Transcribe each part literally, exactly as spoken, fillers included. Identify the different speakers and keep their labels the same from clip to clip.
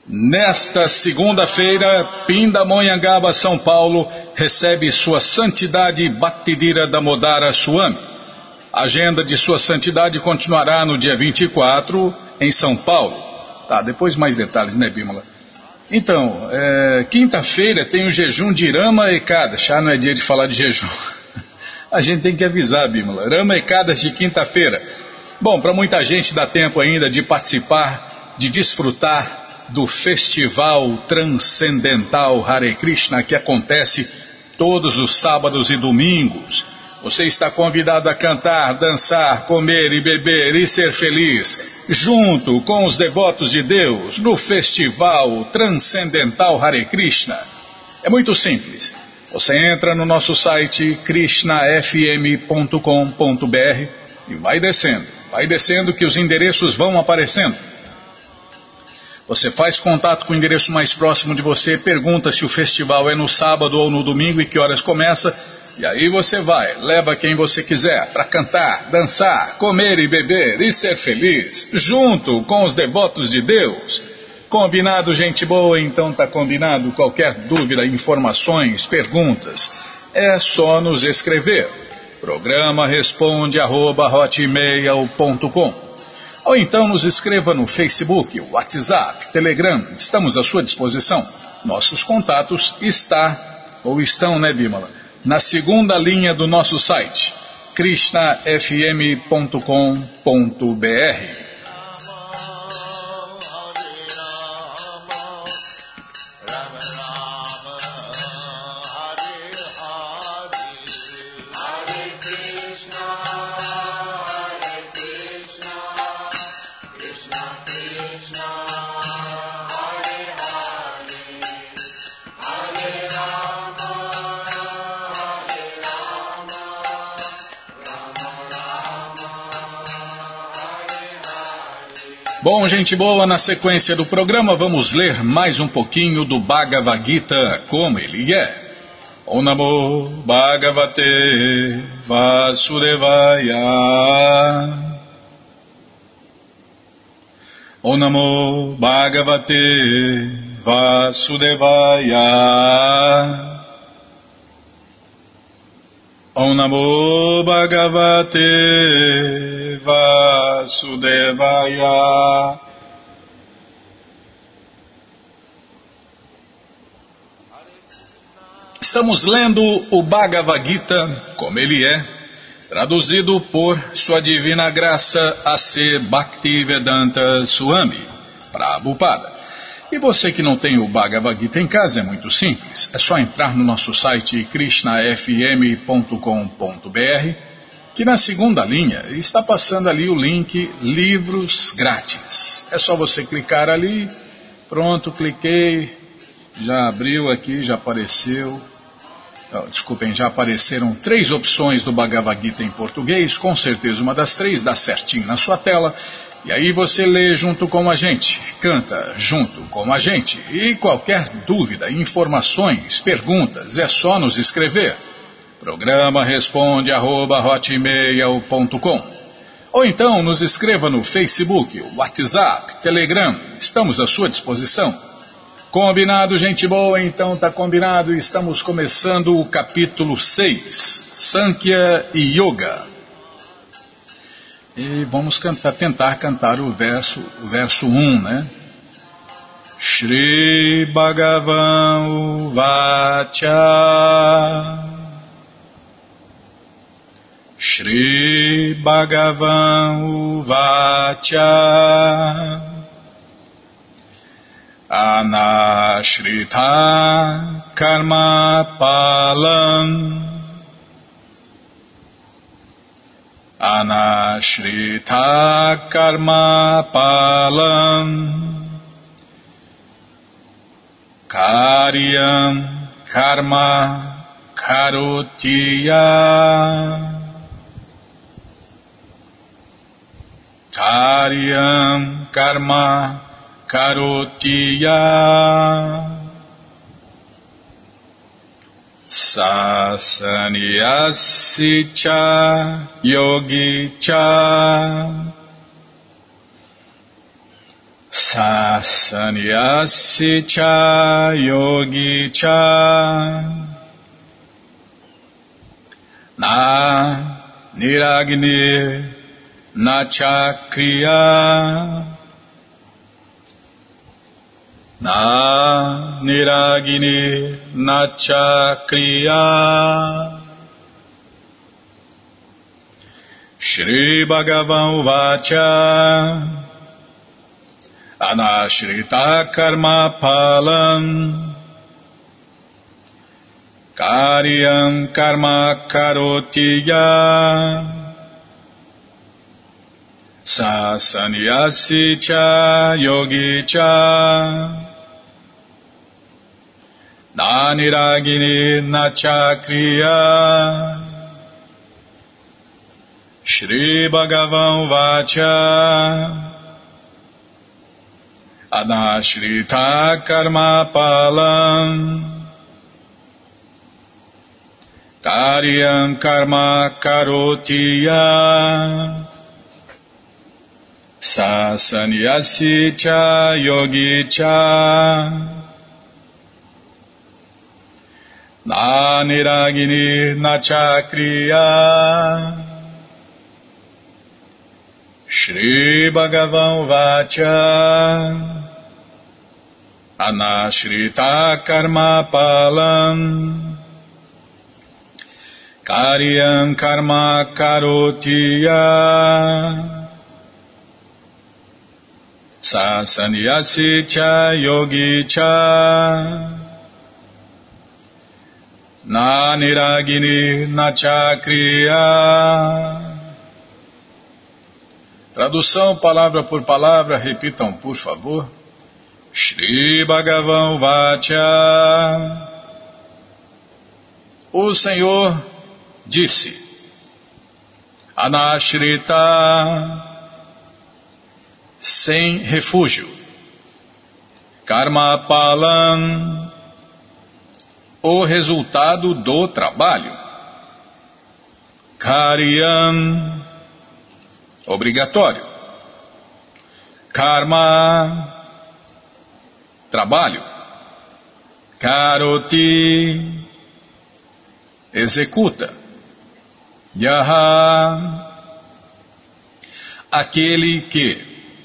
Speaker 1: Nesta segunda-feira, Pindamonhangaba, São Paulo, recebe Sua Santidade Bhaktidhira Damodara Swami. A agenda de Sua Santidade continuará no dia vinte e quatro, em São Paulo. Tá, depois mais detalhes, né, Bímola? Então, é, quinta-feira tem o jejum de Rama Ekadashi. Ah, não é dia de falar de jejum. A gente tem que avisar, Bímola. Rama Ekadashi de quinta-feira. Bom, para muita gente dá tempo ainda de participar, de desfrutar do Festival Transcendental Hare Krishna, que acontece todos os sábados e domingos. Você está convidado a cantar, dançar, comer e beber e ser feliz, junto com os devotos de Deus, no Festival Transcendental Hare Krishna. É muito simples. Você entra no nosso site krishna f m ponto com ponto b r e vai descendo, vai descendo que os endereços vão aparecendo. Você faz contato com o endereço mais próximo de você, pergunta se o festival é no sábado ou no domingo e que horas começa. E aí você vai, leva quem você quiser para cantar, dançar, comer e beber e ser feliz, junto com os devotos de Deus. Combinado, gente boa? Então tá combinado. Qualquer dúvida, informações, perguntas, é só nos escrever. Programa responde arroba hotmail ponto com. Ou então nos escreva no Facebook, WhatsApp, Telegram, estamos à sua disposição. Nossos contatos está, ou estão, né, Bímola? Na segunda linha do nosso site, krishna f m ponto com ponto b r. Bom, gente boa, na sequência do programa vamos ler mais um pouquinho do Bhagavad Gita como ele é. Om Namo Bhagavate Vasudevaya. Om Namo Bhagavate Vasudevaya. Om Namo Bhagavate Vasudevaya. Estamos lendo o Bhagavad Gita como ele é, traduzido por Sua Divina Graça A C Bhaktivedanta Swami Prabhupada. E você que não tem o Bhagavad Gita em casa, é muito simples. É só entrar no nosso site krishna f m ponto com ponto b r, que na segunda linha está passando ali o link Livros Grátis. É só você clicar ali, pronto, cliquei, já abriu aqui, já apareceu. Oh, desculpem, já apareceram três opções do Bhagavad Gita em português, com certeza uma das três dá certinho na sua tela. E aí você lê junto com a gente, canta junto com a gente. E qualquer dúvida, informações, perguntas, é só nos escrever. Programa responde arroba hotmail ponto com. Ou então nos escreva no Facebook, WhatsApp, Telegram, estamos à sua disposição. Combinado, gente boa? Então tá combinado, estamos começando o capítulo seis, Sankhya e Yoga. E vamos cantar, tentar cantar o verso, o verso um, né? Shri Bhagavan Uvacha. Shri Bhagavan Uvacha. Anashrita Karma Palam. Anashrita Karma Palam Karyam Karma Karotiya. Karyam Karma Karotiya. Sasanyasicha yogicha Sa sannyasi cha yogi cha na niragini na chakriya na niragini na chakriya. Shri Bhagavan Vacha Anashrita Karma Palam Karyam Karma Karotiya Sa Sannyasi Cha Yogi Cha Na Niragini Na Chakriya. Shri Bhagavan Vacha Anashrita Karma Palam Karyam Karma Karotiya Sa Sannyasi Cha Yogi Cha Na Niragini Na Chakriya. Shri Bhagavan Vacha Anashrita Karma Palam Karyam Karma Karotiya Sa Sannyasi Cha Yogi Cha Na Niragini Na Chakriya. Tradução palavra por palavra, repitam por favor. Shri Bhagavan Vacha. O Senhor disse: Anashrita, sem refúgio. Karma Palam, o resultado do trabalho. Karyam, obrigatório. Karma, trabalho. Karoti, executa. Yaha, aquele que.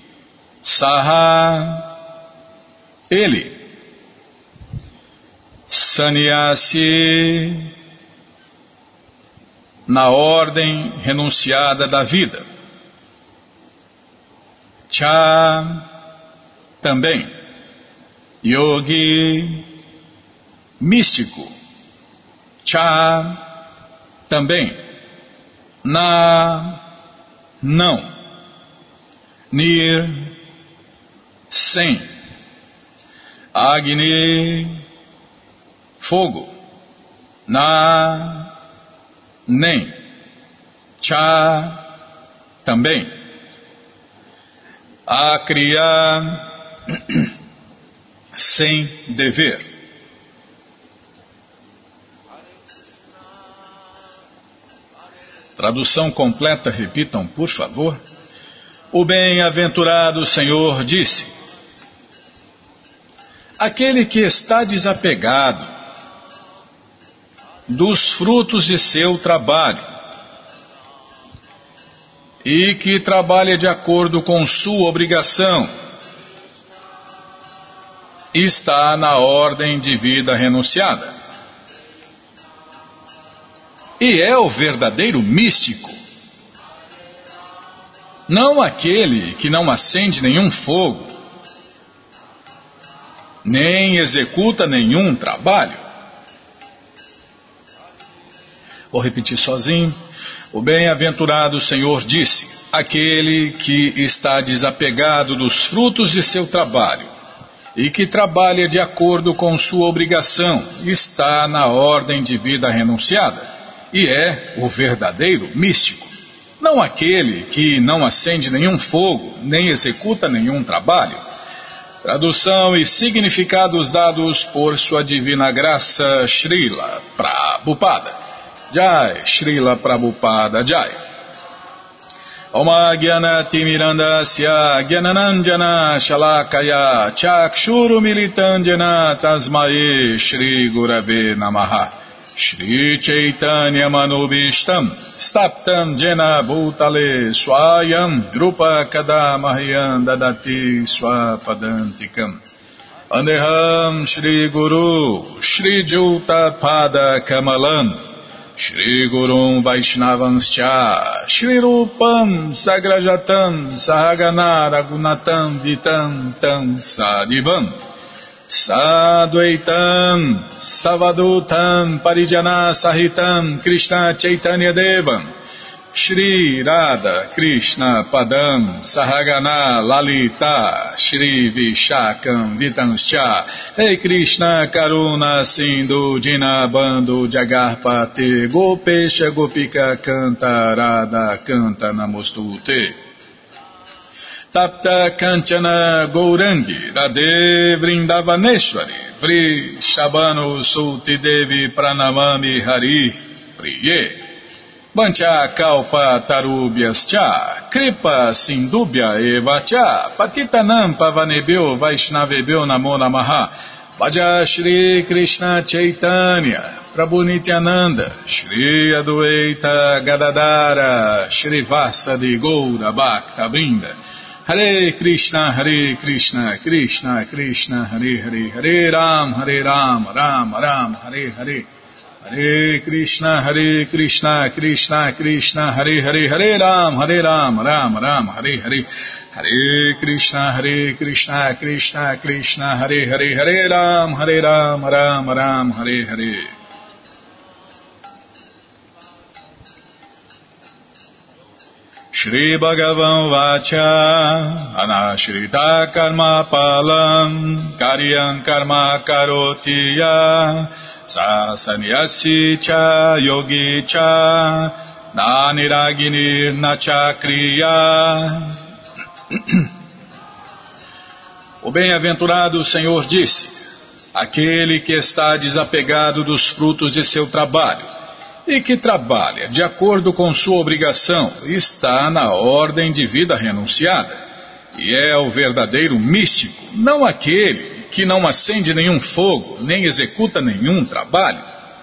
Speaker 1: Saha, ele. Sannyasi, na ordem renunciada da vida. Cha, também. Yogi, místico. Cha, também. Na, não. Nir, sem. Agni, fogo. Na, nem. Cha, também. Akriya, sem dever. Tradução completa, repitam, por favor. O bem-aventurado Senhor disse: aquele que está desapegado dos frutos de seu trabalho e que trabalha de acordo com sua obrigação, está na ordem de vida renunciada. E é o verdadeiro místico, não aquele que não acende nenhum fogo, nem executa nenhum trabalho. Vou repetir sozinho. O bem-aventurado Senhor disse: aquele que está desapegado dos frutos de seu trabalho e que trabalha de acordo com sua obrigação está na ordem de vida renunciada e é o verdadeiro místico, não aquele que não acende nenhum fogo nem executa nenhum trabalho. Tradução e significados dados por sua divina graça Srila Prabhupada. Jai, Srila Prabhupada Jai. Oma Gyanati Mirandasya Gyananandjana Shalakaya Chakshuru Militandjana Tasmae Shri Gurave Namaha Shri Chaitanya Manubhishtam Staptam Jena Bhutale Swayam Rupa Kadamahyam Dadati Swapadantikam Andeham Shri Guru Shri Juta Pada Kamalam Shri Gurum Vaishnavanscha Shri Rupam Sagrajatam Sahagana Ragunatam Vitam Tam Sadivam Sadvaitam Savadutam Parijana Sahitam Krishna Chaitanya Devam Shri Radha Krishna Padam Sahagana Lalita Shri Vishakam Vitanscha Rei Krishna Karuna Sindhu Dinabando Jagarpate Gopesha Gopika Canta Radha Canta Namostute Tapta Kanchana Gourangi Radhe Vrindavaneshwari Vri Shabano Sulti Devi Pranamami Hari Priye Bancha Kalpa Tarubhyas Cha Kripa Sindubhya Eva Cha Patitanam Pavanebhyo Vaishnavebhyo Namo Namaha Bhaja Shri Krishna Chaitanya Prabhu Nityananda Shri Adwaita Gadadara Shri Vasadi Goura Bhakta Vrinda Hare Krishna Hare Krishna Krishna Krishna Hare Hare Hare Ram Hare Ram Ram Ram Hare Hare Hare Krishna, Hare Krishna, Krishna Krishna, Hare Hare, Hare Ram, Hare Ram, Ram Ram, Hare Hare, Hare Krishna, Hare Krishna, Krishna Krishna, Hare Hare, Hare Ram, Hare Ram, Ram Ram, Hare Hare. Shri Bhagavan Vacha, Anashrita Karma Palam, Karyam Karma Karotiya, Sasanyasi cha yogi cha naniraginir nachakriya. O bem-aventurado Senhor disse: aquele que está desapegado dos frutos de seu trabalho e que trabalha de acordo com sua obrigação está na ordem de vida renunciada e é o verdadeiro místico, não aquele que não acende nenhum fogo, nem executa nenhum trabalho.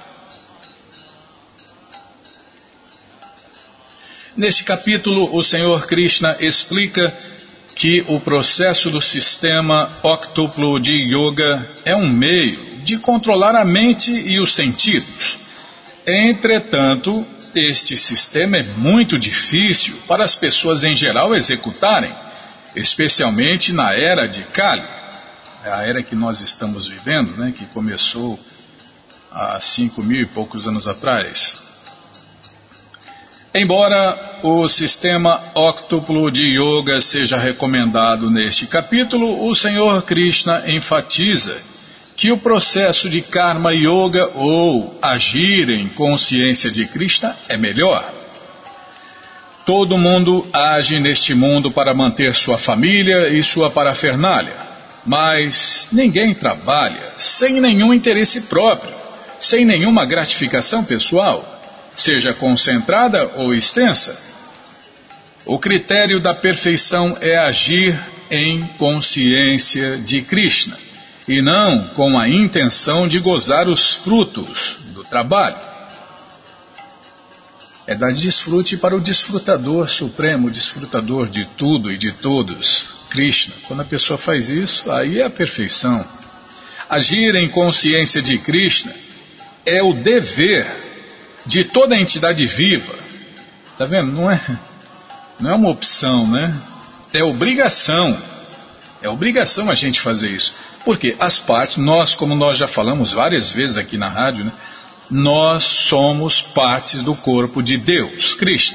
Speaker 1: Neste capítulo, o Senhor Krishna explica que o processo do sistema óctuplo de yoga é um meio de controlar a mente e os sentidos. Entretanto, este sistema é muito difícil para as pessoas em geral executarem, especialmente na era de Kali. É a era que nós estamos vivendo, né, que começou há cinco mil e poucos anos atrás. Embora o sistema óctuplo de yoga seja recomendado neste capítulo, o Senhor Krishna enfatiza que o processo de karma yoga ou agir em consciência de Krishna é melhor. Todo mundo age neste mundo para manter sua família e sua parafernália. Mas ninguém trabalha sem nenhum interesse próprio, sem nenhuma gratificação pessoal, seja concentrada ou extensa. O critério da perfeição é agir em consciência de Krishna, e não com a intenção de gozar os frutos do trabalho. É dar desfrute para o desfrutador supremo, o desfrutador de tudo e de todos, Krishna. Quando a pessoa faz isso, aí é a perfeição. Agir em consciência de Krishna é o dever de toda entidade viva. Está vendo? Não é, não é uma opção, né? É obrigação. É obrigação a gente fazer isso. Porque as partes, nós, como nós já falamos várias vezes aqui na rádio, né? Nós somos partes do corpo de Deus, Krishna.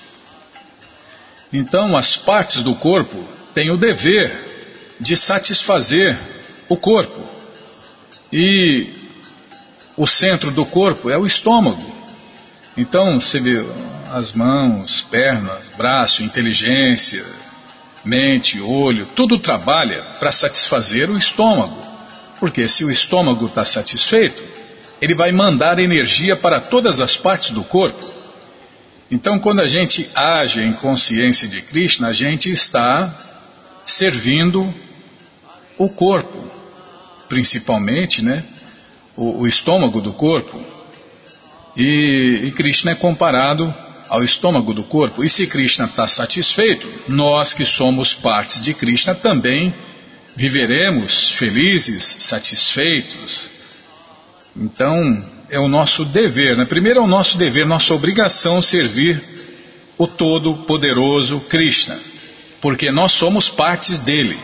Speaker 1: Então, as partes do corpo têm o dever de satisfazer o corpo. E o centro do corpo é o estômago. Então, você vê as mãos, pernas, braço, inteligência, mente, olho, tudo trabalha para satisfazer o estômago. Porque se o estômago está satisfeito, ele vai mandar energia para todas as partes do corpo. Então, quando a gente age em consciência de Krishna, a gente está servindo o corpo, principalmente, né? O, o estômago do corpo. E, e Krishna é comparado ao estômago do corpo. E se Krishna está satisfeito, nós que somos partes de Krishna também viveremos felizes, satisfeitos. Então, é o nosso dever, né? Primeiro é o nosso dever, nossa obrigação servir o Todo-Poderoso Krishna, porque nós somos partes dele.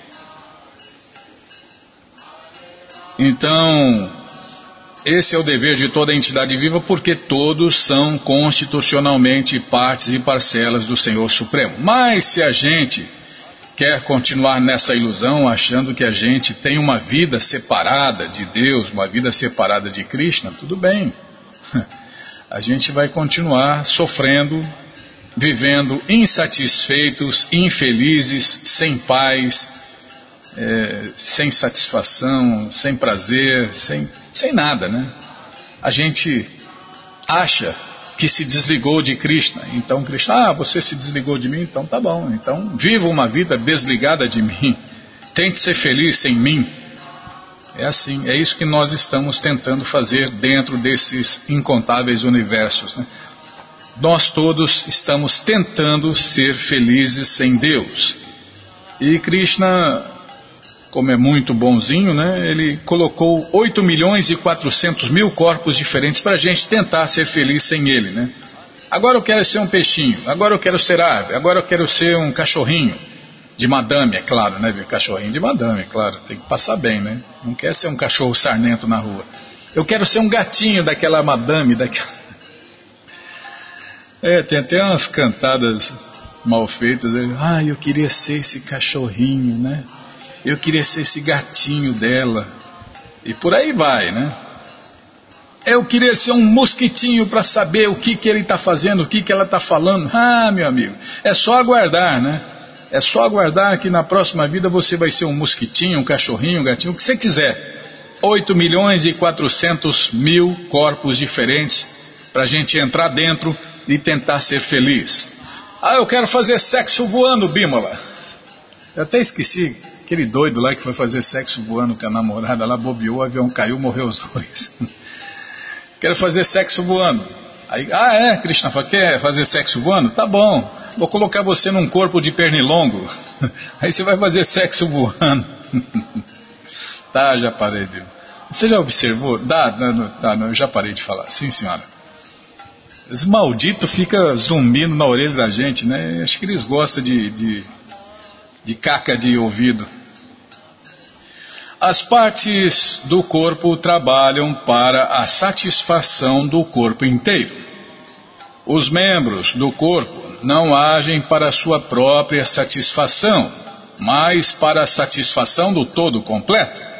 Speaker 1: Então, esse é o dever de toda entidade viva, porque todos são constitucionalmente partes e parcelas do Senhor Supremo. Mas se a gente quer continuar nessa ilusão, achando que a gente tem uma vida separada de Deus, uma vida separada de Krishna, tudo bem. A gente vai continuar sofrendo, vivendo insatisfeitos, infelizes, sem paz, é, sem satisfação, sem prazer, sem, sem nada, né? A gente acha que se desligou de Krishna. Então Krishna, ah, você se desligou de mim, então tá bom. Então viva uma vida desligada de mim. Tente ser feliz sem mim. É assim, é isso que nós estamos tentando fazer dentro desses incontáveis universos, né? Nós todos estamos tentando ser felizes sem Deus. E Krishna, como é muito bonzinho, né, ele colocou oito milhões e quatrocentos mil corpos diferentes para a gente tentar ser feliz sem ele, né? Agora eu quero ser um peixinho, agora eu quero ser ave, agora eu quero ser um cachorrinho de madame, é claro, né? Cachorrinho de madame, é claro, tem que passar bem, né? Não quer ser um cachorro sarnento na rua. Eu quero ser um gatinho daquela madame, daquela... É, tem até umas cantadas mal feitas, né? Ah, eu queria ser esse cachorrinho, né? Eu queria ser esse gatinho dela. E por aí vai, né? Eu queria ser um mosquitinho para saber o que, que ele está fazendo, o que, que ela está falando. Ah, meu amigo, é só aguardar, né? É só aguardar que na próxima vida você vai ser um mosquitinho, um cachorrinho, um gatinho, o que você quiser. oito milhões e quatrocentos mil corpos diferentes para a gente entrar dentro e tentar ser feliz. Ah, eu quero fazer sexo voando, Bímola. Eu até esqueci. Aquele doido lá que foi fazer sexo voando com a namorada lá, bobeou, o avião caiu, morreu os dois. Quero fazer sexo voando. Aí, ah é, Krishna, quer fazer sexo voando? Tá bom, vou colocar você num corpo de pernilongo. Aí você vai fazer sexo voando. Tá, já parei, viu? Você já observou? Dá, não, tá, não, eu já parei de falar. Sim, senhora. Esse maldito fica zumbindo na orelha da gente, né? Acho que eles gostam de, de, de caca de ouvido. As partes do corpo trabalham para a satisfação do corpo inteiro. Os membros do corpo não agem para a sua própria satisfação, mas para a satisfação do todo completo.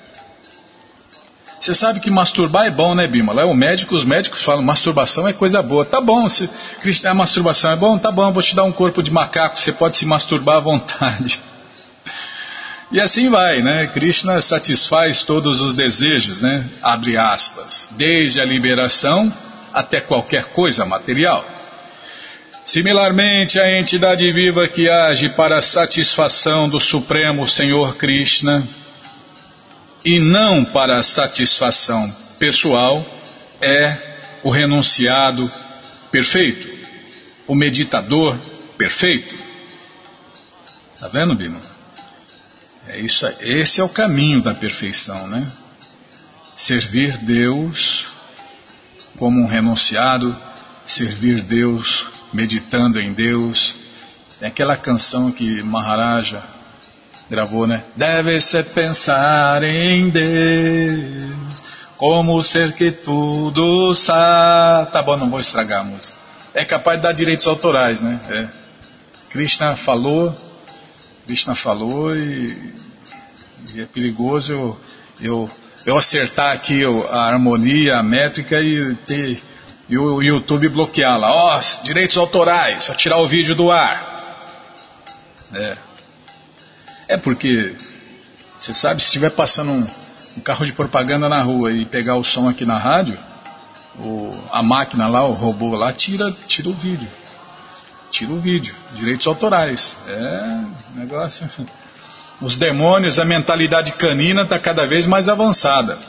Speaker 1: Você sabe que masturbar é bom, né, Bímola? O médico, os médicos falam, masturbação é coisa boa. Tá bom, se a masturbação é bom, tá bom, vou te dar um corpo de macaco, você pode se masturbar à vontade. E assim vai, né? Krishna satisfaz todos os desejos, né? Abre aspas, desde a liberação até qualquer coisa material. Similarmente, a entidade viva que age para a satisfação do Supremo Senhor Krishna e não para a satisfação pessoal é o renunciado perfeito, o meditador perfeito. Tá vendo, Bima? É isso, esse é o caminho da perfeição, né? Servir Deus como um renunciado, servir Deus meditando em Deus. Tem aquela canção que Maharaja gravou, né? Deve-se pensar em Deus, como ser que tudo sabe. Tá bom, não vou estragar a música. É capaz de dar direitos autorais, né? É. Krishna falou, Krishna falou e, e é perigoso eu, eu, eu acertar aqui a harmonia, a métrica e, ter, e o YouTube bloquear lá. Ó, oh, direitos autorais, só tirar o vídeo do ar. É. É porque, você sabe, se estiver passando um, um carro de propaganda na rua e pegar o som aqui na rádio, o, a máquina lá, o robô lá, tira, tira o vídeo. Tira o vídeo. Direitos autorais. É negócio. Os demônios, a mentalidade canina está cada vez mais avançada.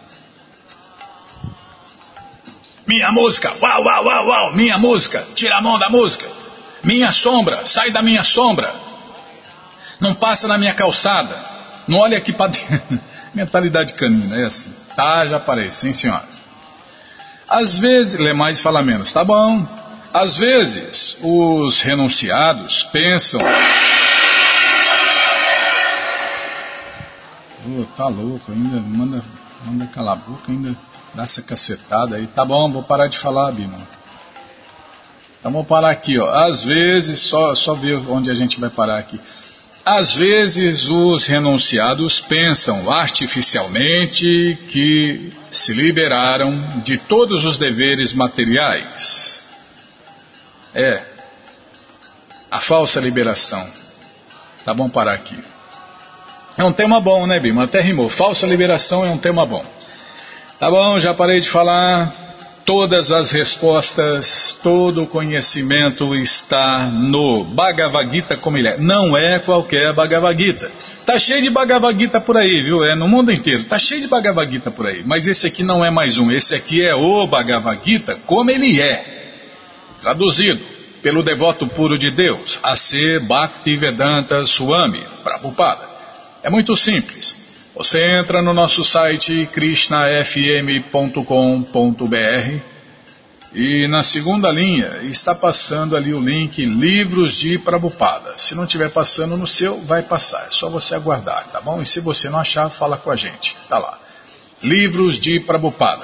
Speaker 1: Minha música, uau, uau, uau, uau, minha música, tira a mão da música. Minha sombra, sai da minha sombra. Não passa na minha calçada. Não olha aqui para dentro. Mentalidade canina, é assim. Tá, já parei, sim senhora. Às vezes, lê mais e fala menos, tá bom. Às vezes, os renunciados pensam... Oh, tá louco, ainda manda, manda calar a boca, ainda dá essa cacetada aí. Tá bom, vou parar de falar, Bima. Então vou parar aqui, ó. Às vezes, só, só ver onde a gente vai parar aqui. Às vezes os renunciados pensam artificialmente que se liberaram de todos os deveres materiais. É, a falsa liberação. Tá bom parar aqui. É um tema bom, né, Bima? Até rimou. Falsa liberação é um tema bom. Tá bom, já parei de falar. Todas as respostas, todo o conhecimento está no Bhagavad Gita como ele é. Não é qualquer Bhagavad Gita. Tá cheio de Bhagavad Gita por aí, viu? É no mundo inteiro. Tá cheio de Bhagavad Gita por aí. Mas esse aqui não é mais um. Esse aqui é o Bhagavad Gita como ele é. Traduzido pelo devoto puro de Deus, A C Bhaktivedanta Swami Prabhupada. É muito simples. Você entra no nosso site krishna f m ponto com ponto b r e na segunda linha está passando ali o link Livros de Prabhupada. Se não estiver passando no seu, vai passar. É só você aguardar, tá bom? E se você não achar, fala com a gente. Tá lá. Livros de Prabhupada.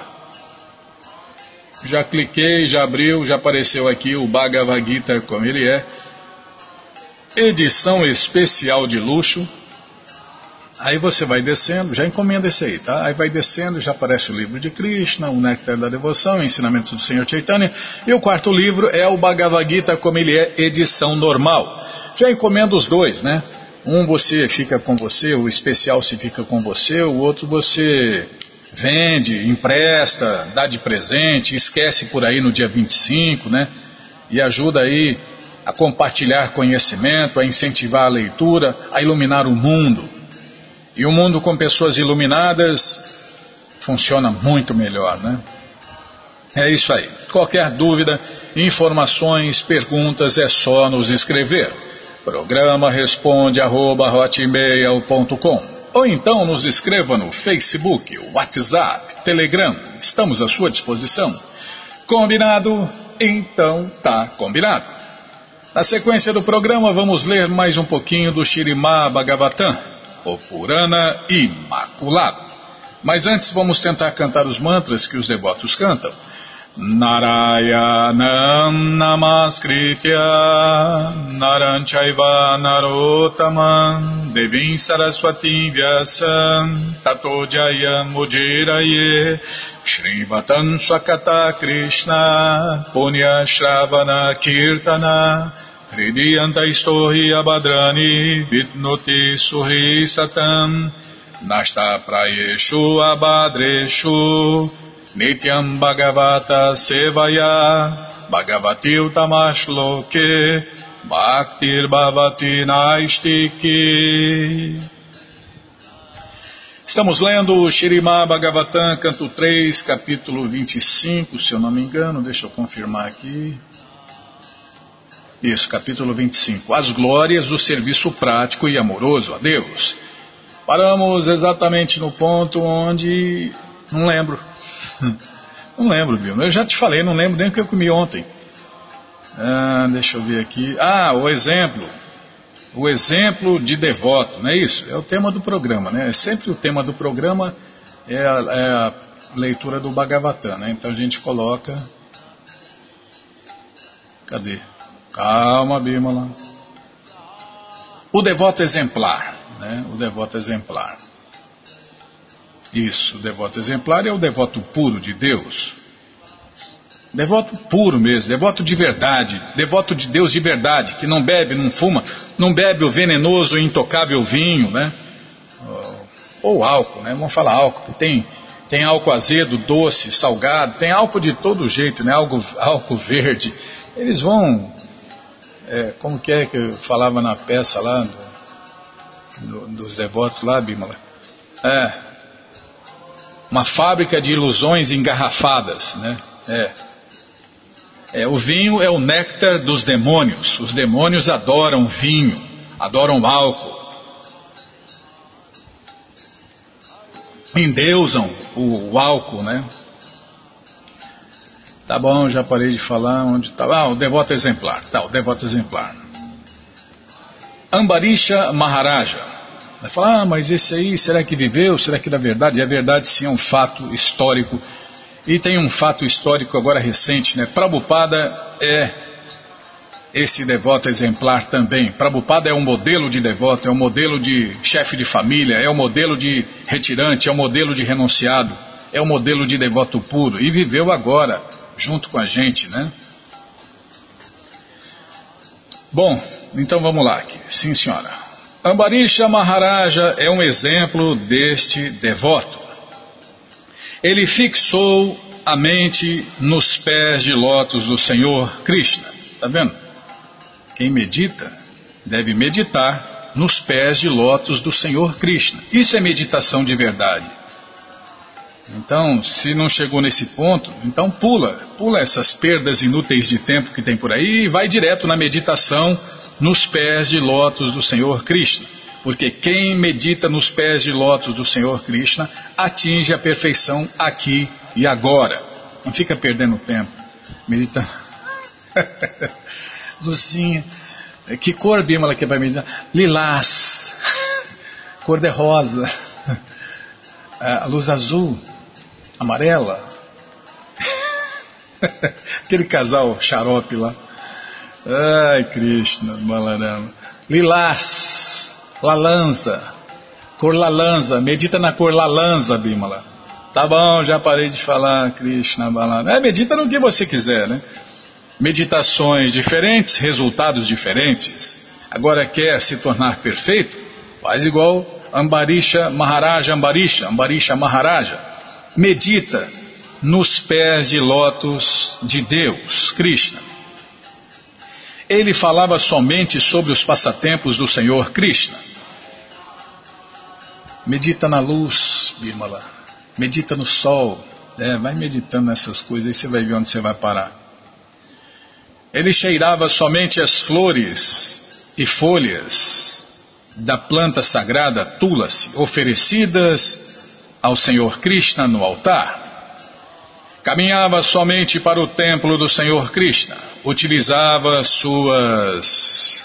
Speaker 1: Já cliquei, já abriu, já apareceu aqui o Bhagavad Gita como ele é. Edição especial de luxo. Aí você vai descendo, já encomenda esse aí, tá? Aí vai descendo, já aparece o livro de Krishna, o Néctar da Devoção, Ensinamentos do Senhor Chaitanya. E o quarto livro é o Bhagavad Gita, como ele é, edição normal. Já encomenda os dois, né? Um você fica com você, o especial se fica com você, o outro você vende, empresta, dá de presente, esquece por aí no dia vinte e cinco, né? E ajuda aí a compartilhar conhecimento, a incentivar a leitura, a iluminar o mundo. E o mundo com pessoas iluminadas funciona muito melhor, né? É isso aí. Qualquer dúvida, informações, perguntas, é só nos escrever. Programa responde arroba hotmail ponto com. Ou então nos escreva no Facebook, WhatsApp, Telegram. Estamos à sua disposição. Combinado? Então tá combinado. Na sequência do programa vamos ler mais um pouquinho do Śrīmad Bhagavatam, o Purana Imaculado. Mas antes vamos tentar cantar os mantras que os devotos cantam. Narayanam Namaskritya Naram Chaiva Narottaman Devim Saraswatim Vyasam Tato Jayam Ujiraye Shrivatam Swakata Krishna Punya Shravana Kirtana Hridiyanta Istohi Abhadrani Vitnoti Suhi Satam Nashta Prayeshu Abhadreshu Nityam Bhagavata Sevaya Bhagavati Utamashloke Bhaktir Bhavati Naistiki. Estamos lendo o Śrīmad Bhagavatam, canto três, capítulo vinte e cinco, se eu não me engano, deixa eu confirmar aqui. Isso, capítulo vinte e cinco. As glórias do serviço prático e amoroso a Deus. Paramos exatamente no ponto onde... Não lembro. Não lembro, viu? Eu já te falei, não lembro nem o que eu comi ontem. Ah, deixa eu ver aqui. Ah, o exemplo. O exemplo de devoto, não é isso? É o tema do programa, né? É sempre o tema do programa é a, é a leitura do Bhagavatam, né? Então a gente coloca... Cadê? Calma, Bímola. O devoto exemplar, né? O devoto exemplar. Isso, o devoto exemplar é o devoto puro de Deus. Devoto puro mesmo, devoto de verdade, devoto de Deus de verdade, que não bebe, não fuma, não bebe o venenoso e intocável vinho, né? Ou álcool, né? Vamos falar álcool, tem, Tem álcool azedo, doce, salgado, tem álcool de todo jeito, né? Álcool, álcool verde. Eles vão, é, como que é que eu falava na peça lá, do, do, dos devotos lá, Bímola? É, uma fábrica de ilusões engarrafadas, né? É. É, o vinho é o néctar dos demônios. Os demônios adoram vinho, adoram álcool. Endeusam o, o álcool, né? Tá bom, já parei de falar onde tá. Ah, o devoto exemplar. Tá, o devoto exemplar. Ambarisha Maharaja. Vai falar, ah, mas esse aí, será que viveu? Será que é verdade? E é verdade, sim, é um fato histórico. E tem um fato histórico agora recente, né? Prabhupada é esse devoto exemplar também. Prabhupada é um modelo de devoto, é um modelo de chefe de família, é um modelo de retirante, é um modelo de renunciado, é um modelo de devoto puro. E viveu agora, junto com a gente, né? Bom, então vamos lá aqui. Sim, senhora. Ambarisha Maharaja é um exemplo deste devoto. Ele fixou a mente nos pés de lótus do Senhor Krishna. Está vendo? Quem medita deve meditar nos pés de lótus do Senhor Krishna. Isso é meditação de verdade. Então, se não chegou nesse ponto, então pula, pula essas perdas inúteis de tempo que tem por aí e vai direto na meditação nos pés de lótus do Senhor Krishna. Porque quem medita nos pés de lótus do Senhor Krishna atinge a perfeição aqui e agora. Não fica perdendo tempo. Medita. Luzinha. Que cor, Bímola, que vai meditar? Lilás. Cor de rosa. A luz azul. Amarela. Aquele casal xarope lá. Ai, Krishna, Balarama. Lilás. Lalanza. Cor lalanza. Medita na cor lalanza, Bímola. Tá bom, já parei de falar, Krishna, Balarama. É, medita no que você quiser, né? Meditações diferentes, resultados diferentes. Agora quer se tornar perfeito? Faz igual Ambarisha Maharaja, Ambarisha, Ambarisha Maharaja. Medita nos pés de lótus de Deus, Krishna. Ele falava somente sobre os passatempos do Senhor Krishna. Medita na luz, Bímola. Medita no sol. É, vai meditando nessas coisas, aí você vai ver onde você vai parar. Ele cheirava somente as flores e folhas da planta sagrada Tulasi, oferecidas ao Senhor Krishna no altar. Caminhava somente para o templo do Senhor Krishna. Utilizava suas...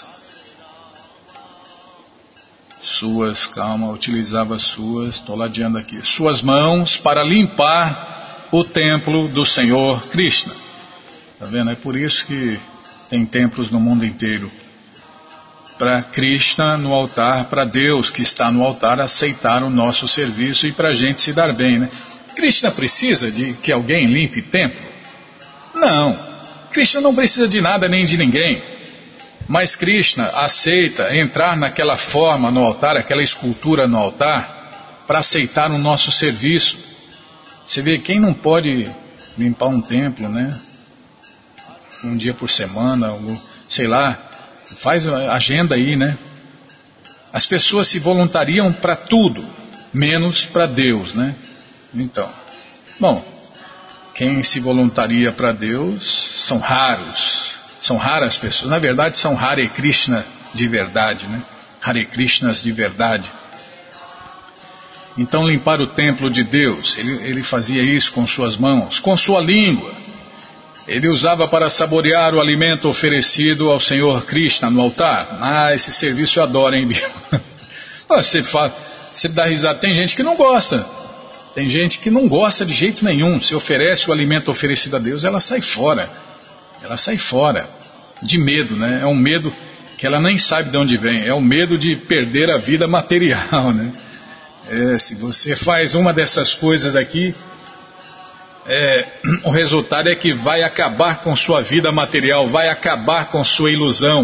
Speaker 1: Suas, calma, utilizava suas, estou ladeando aqui, suas mãos para limpar o templo do Senhor Krishna. Está vendo? É por isso que tem templos no mundo inteiro. Para Krishna no altar, para Deus que está no altar aceitar o nosso serviço e para a gente se dar bem, né? Krishna precisa de que alguém limpe templo? Não. Krishna não precisa de nada nem de ninguém. Mas Krishna aceita entrar naquela forma no altar, aquela escultura no altar, para aceitar o nosso serviço. Você vê, quem não pode limpar um templo, né? Um dia por semana, sei lá, faz agenda aí, né? As pessoas se voluntariam para tudo, menos para Deus, né? Então, bom, quem se voluntaria para Deus são raros, são raras pessoas. Na verdade, são Hare Krishna de verdade, né? Hare Krishnas de verdade. Então, limpar o templo de Deus, ele, ele fazia isso com suas mãos, com sua língua. Ele usava para saborear o alimento oferecido ao Senhor Krishna no altar. Ah, esse serviço eu adoro, hein, Bímola? Você fala, você dá risada. Tem gente que não gosta. Tem gente que não gosta de jeito nenhum. Se oferece o alimento oferecido a Deus, ela sai fora. Ela sai fora. De medo, né? É um medo que ela nem sabe de onde vem. É o medo de perder a vida material, né? É, se você faz uma dessas coisas aqui, é, o resultado é que vai acabar com sua vida material, vai acabar com sua ilusão.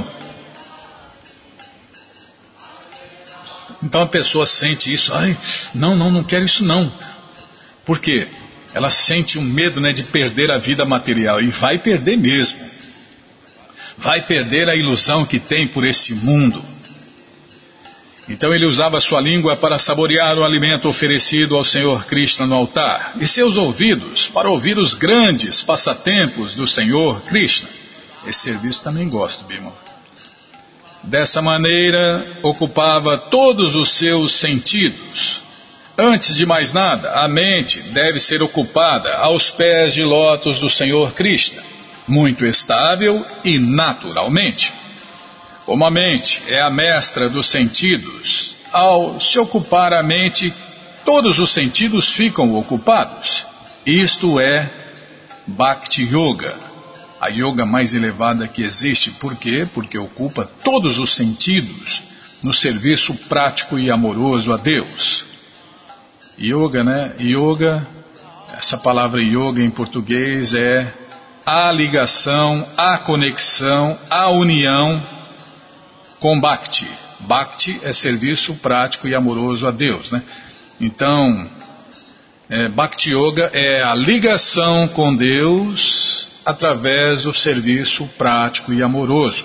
Speaker 1: Então a pessoa sente isso, ai, não, não, não quero isso não. Por quê? Ela sente um medo, né, de perder a vida material, e vai perder mesmo. Vai perder a ilusão que tem por esse mundo. Então ele usava sua língua para saborear o alimento oferecido ao Senhor Krishna no altar, e seus ouvidos para ouvir os grandes passatempos do Senhor Krishna. Esse serviço também gosto, Bima. Dessa maneira, ocupava todos os seus sentidos. Antes de mais nada, a mente deve ser ocupada aos pés de lótus do Senhor Krishna, muito estável e naturalmente. Como a mente é a mestra dos sentidos, ao se ocupar a mente, todos os sentidos ficam ocupados. Isto é Bhakti Yoga, a yoga mais elevada que existe. Por quê? Porque ocupa todos os sentidos no serviço prático e amoroso a Deus. Yoga, né? Yoga, essa palavra yoga em português é a ligação, a conexão, a união com Bhakti. Bhakti é serviço prático e amoroso a Deus, né? Então, é, Bhakti Yoga é a ligação com Deus através do serviço prático e amoroso.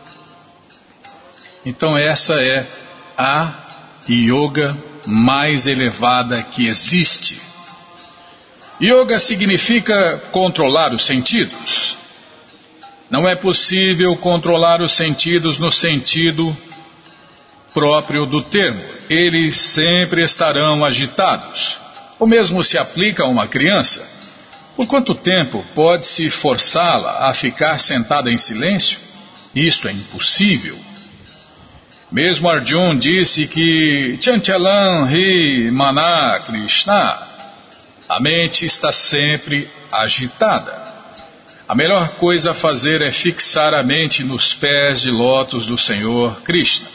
Speaker 1: Então essa é a yoga mais elevada que existe. Yoga significa controlar os sentidos. Não é possível controlar os sentidos no sentido próprio do termo. Eles sempre estarão agitados. O mesmo se aplica a uma criança. Por quanto tempo pode-se forçá-la a ficar sentada em silêncio? Isto é impossível. Mesmo Arjuna disse que Chanchalam Hi Mana Krishna, a mente está sempre agitada. A melhor coisa a fazer é fixar a mente nos pés de lótus do Senhor Krishna.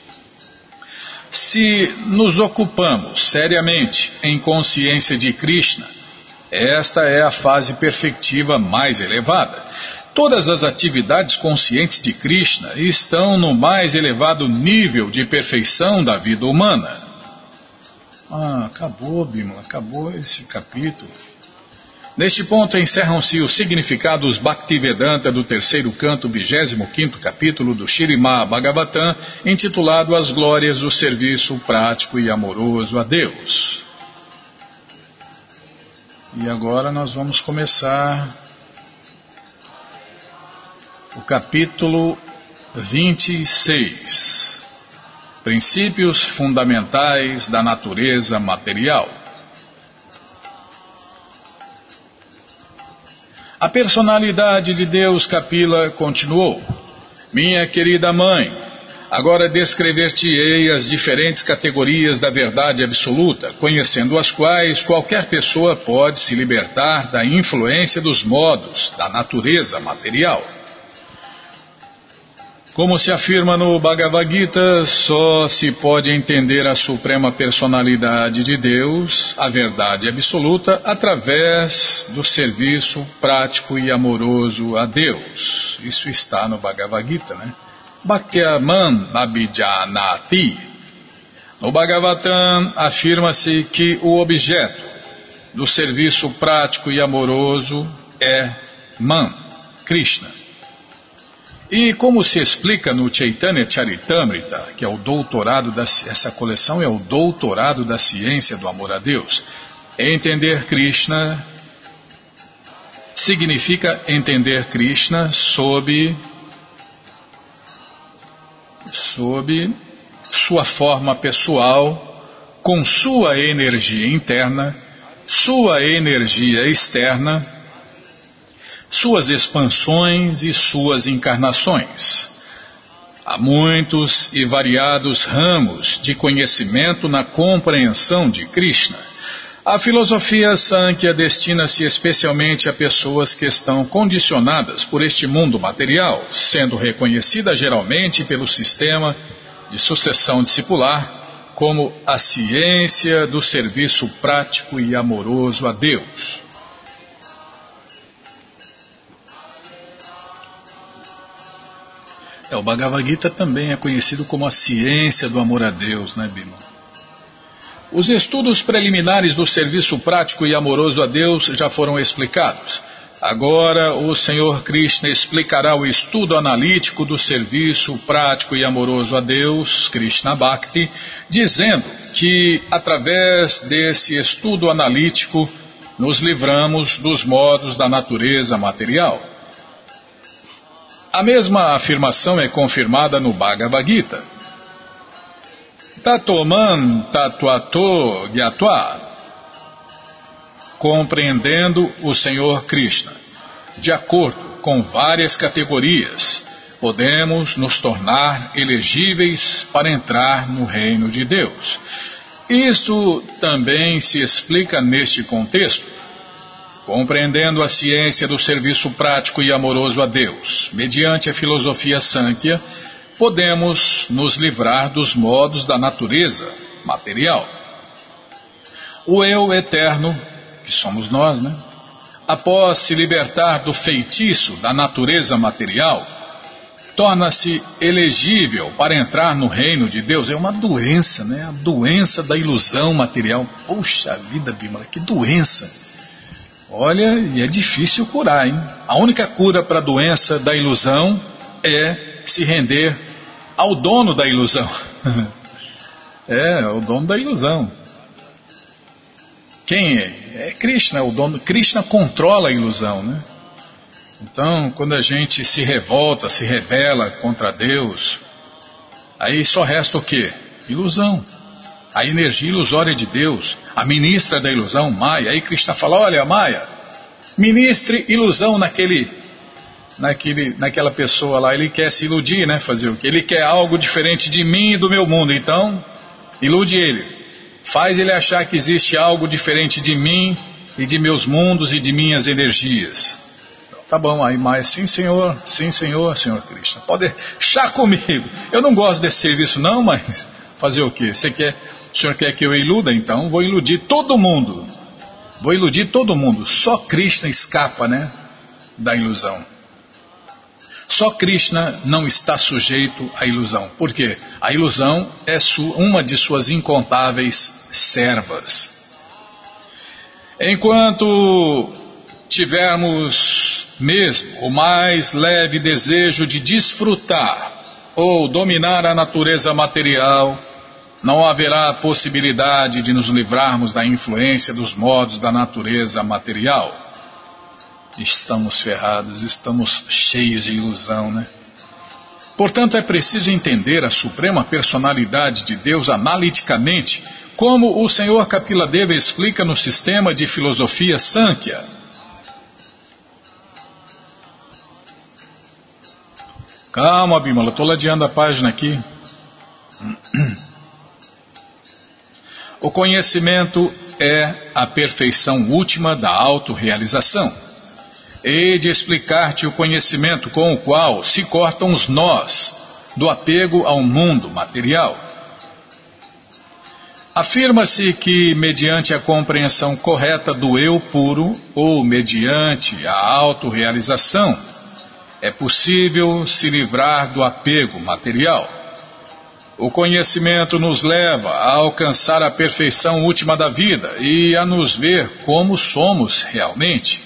Speaker 1: Se nos ocupamos seriamente em consciência de Krishna, esta é a fase perfectiva mais elevada. Todas as atividades conscientes de Krishna estão no mais elevado nível de perfeição da vida humana. Ah, acabou, Bima, acabou esse capítulo. Neste ponto encerram-se os significados Bhaktivedanta do terceiro canto, vigésimo quinto capítulo do Śrīmad Bhagavatam, intitulado As Glórias do Serviço Prático e Amoroso a Deus. E agora nós vamos começar o capítulo vinte e seis, Princípios Fundamentais da Natureza Material. A personalidade de Deus Kapila continuou: Minha querida mãe, agora descrever-te-ei as diferentes categorias da verdade absoluta, conhecendo as quais qualquer pessoa pode se libertar da influência dos modos da natureza material. Como se afirma no Bhagavad Gita, só se pode entender a suprema personalidade de Deus, a verdade absoluta, através do serviço prático e amoroso a Deus. Isso está no Bhagavad Gita, né? Bhaktyamam Abhijanati. No Bhagavatam afirma-se que o objeto do serviço prático e amoroso é Man, Krishna. E como se explica no Chaitanya Charitamrita, que é o doutorado da, essa coleção é o doutorado da ciência do amor a Deus, entender Krishna significa entender Krishna sob, sob sua forma pessoal, com sua energia interna, sua energia externa, suas expansões e suas encarnações. Há muitos e variados ramos de conhecimento na compreensão de Krishna. A filosofia Sankhya destina-se especialmente a pessoas que estão condicionadas por este mundo material, sendo reconhecida geralmente pelo sistema de sucessão discipular como a ciência do serviço prático e amoroso a Deus. É, o Bhagavad Gita também é conhecido como a ciência do amor a Deus, né, Bima? Os estudos preliminares do serviço prático e amoroso a Deus já foram explicados. Agora o Senhor Krishna explicará o estudo analítico do serviço prático e amoroso a Deus, Krishna Bhakti, dizendo que através desse estudo analítico nos livramos dos modos da natureza material. A mesma afirmação é confirmada no Bhagavad Gita. Tatoman tatuato gyatva, compreendendo o Senhor Krishna. De acordo com várias categorias, podemos nos tornar elegíveis para entrar no reino de Deus. Isto também se explica neste contexto. Compreendendo a ciência do serviço prático e amoroso a Deus, mediante a filosofia Sankhya, podemos nos livrar dos modos da natureza material. O eu eterno, que somos nós, né? Após se libertar do feitiço da natureza material, torna-se elegível para entrar no reino de Deus. É uma doença, né? A doença da ilusão material. Puxa vida, Bímola, que doença! Olha, e é difícil curar, hein? A única cura para a doença da ilusão é se render ao dono da ilusão. É, o dono da ilusão. Quem é? É Krishna, o dono. Krishna controla a ilusão, né? Então, quando a gente se revolta, se rebela contra Deus, aí só resta o quê? Ilusão. A energia ilusória de Deus, a ministra da ilusão, Maya. Aí Krishna fala, olha Maya, ministre ilusão naquele, naquele, naquela pessoa lá. Ele quer se iludir, né? Fazer o quê? Ele quer algo diferente de mim e do meu mundo. Então, ilude ele. Faz ele achar que existe algo diferente de mim e de meus mundos e de minhas energias. Tá bom, aí Maya, sim senhor, sim senhor, senhor Krishna. Pode deixar comigo. Eu não gosto desse serviço não, mas fazer o quê? Você quer... O senhor quer que eu iluda? Então vou iludir todo mundo. Vou iludir todo mundo. Só Krishna escapa, né, da ilusão. Só Krishna não está sujeito à ilusão. Por quê? A ilusão é uma de suas incontáveis servas. Enquanto tivermos mesmo o mais leve desejo de desfrutar ou dominar a natureza material, não haverá possibilidade de nos livrarmos da influência dos modos da natureza material. Estamos ferrados, estamos cheios de ilusão, né? Portanto, é preciso entender a suprema personalidade de Deus analiticamente, como o senhor Kapila Deva explica no sistema de filosofia Sankhya. Calma, Bímola, estou ladeando a página aqui. O conhecimento é a perfeição última da autorrealização. Hei de explicar-te o conhecimento com o qual se cortam os nós do apego ao mundo material. Afirma-se que, mediante a compreensão correta do eu puro, ou mediante a autorrealização, é possível se livrar do apego material. O conhecimento nos leva a alcançar a perfeição última da vida e a nos ver como somos realmente.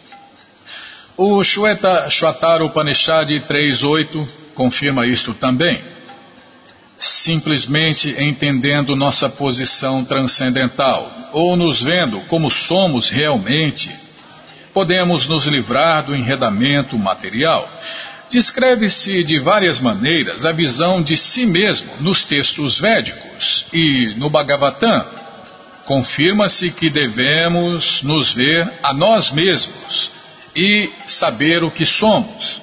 Speaker 1: O Shweta Shvatara Upanishad três ponto oito confirma isto também. Simplesmente entendendo nossa posição transcendental, ou nos vendo como somos realmente, podemos nos livrar do enredamento material. Descreve-se de várias maneiras a visão de si mesmo nos textos védicos e no Bhagavatam. Confirma-se que devemos nos ver a nós mesmos e saber o que somos.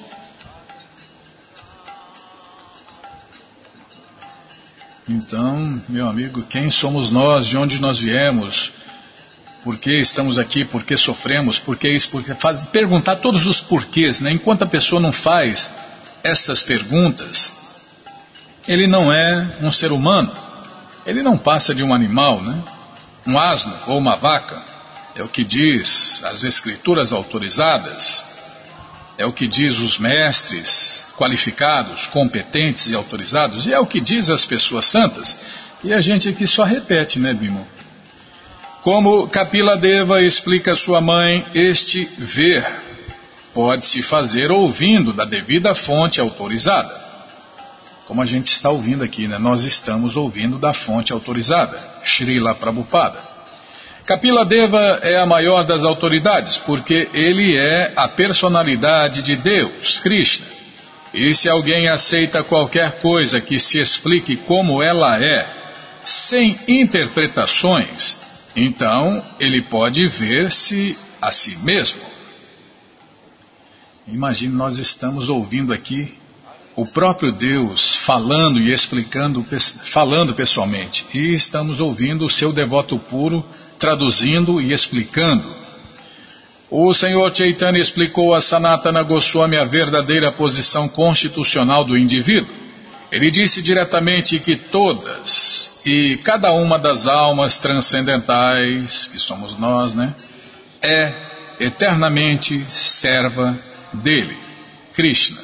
Speaker 1: Então, meu amigo, quem somos nós, de onde nós viemos, por que estamos aqui, por que sofremos, por que isso, por que faz, perguntar todos os porquês, né? Enquanto a pessoa não faz essas perguntas, ele não é um ser humano, ele não passa de um animal, né? Um asno ou uma vaca, é o que diz as escrituras autorizadas, é o que diz os mestres qualificados, competentes e autorizados, e é o que diz as pessoas santas, E a gente aqui só repete, né, Bimo? Como Kapila Deva explica a sua mãe, este ver pode-se fazer ouvindo da devida fonte autorizada. Como a gente está ouvindo aqui, né? Nós estamos ouvindo da fonte autorizada, Srila Prabhupada. Kapila Deva é a maior das autoridades, porque ele é a personalidade de Deus, Krishna. E se alguém aceita qualquer coisa que se explique como ela é, sem interpretações, então ele pode ver-se a si mesmo. Imagine, nós estamos ouvindo aqui o próprio Deus falando e explicando, falando pessoalmente, e estamos ouvindo o seu devoto puro traduzindo e explicando. O Senhor Chaitanya explicou a Sanatana Goswami a verdadeira posição constitucional do indivíduo. Ele disse diretamente que todas e cada uma das almas transcendentais, que somos nós, né, é eternamente serva dele, Krishna.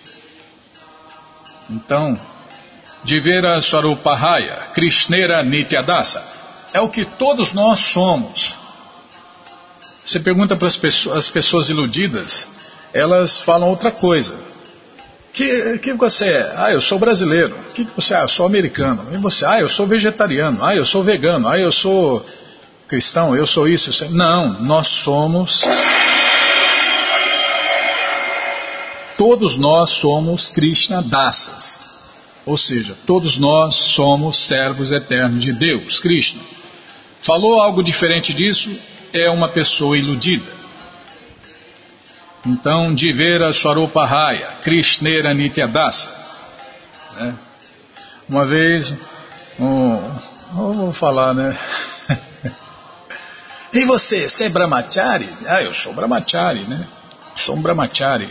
Speaker 1: Então, Jivera Swarupahaya, Krishnera Nityadasa, é o que todos nós somos. Você pergunta para as pessoas, as pessoas iludidas, elas falam outra coisa. Que que você é? Ah, eu sou brasileiro. Que que você é? Ah, eu sou americano. E você? Ah, eu sou vegetariano. Ah, eu sou vegano. Ah, eu sou cristão. Eu sou isso. Eu sou... Não, nós somos... Todos nós somos Krishna Dasas. Ou seja, todos nós somos servos eternos de Deus, Krishna. Falou algo diferente disso, é uma pessoa iludida. Então, Jivera Swarupahaya, Krishnera Nityadasa. Né? Uma vez, um, vou falar, né? E você, você é brahmachari? Ah, eu sou brahmachari, né? Sou um brahmachari.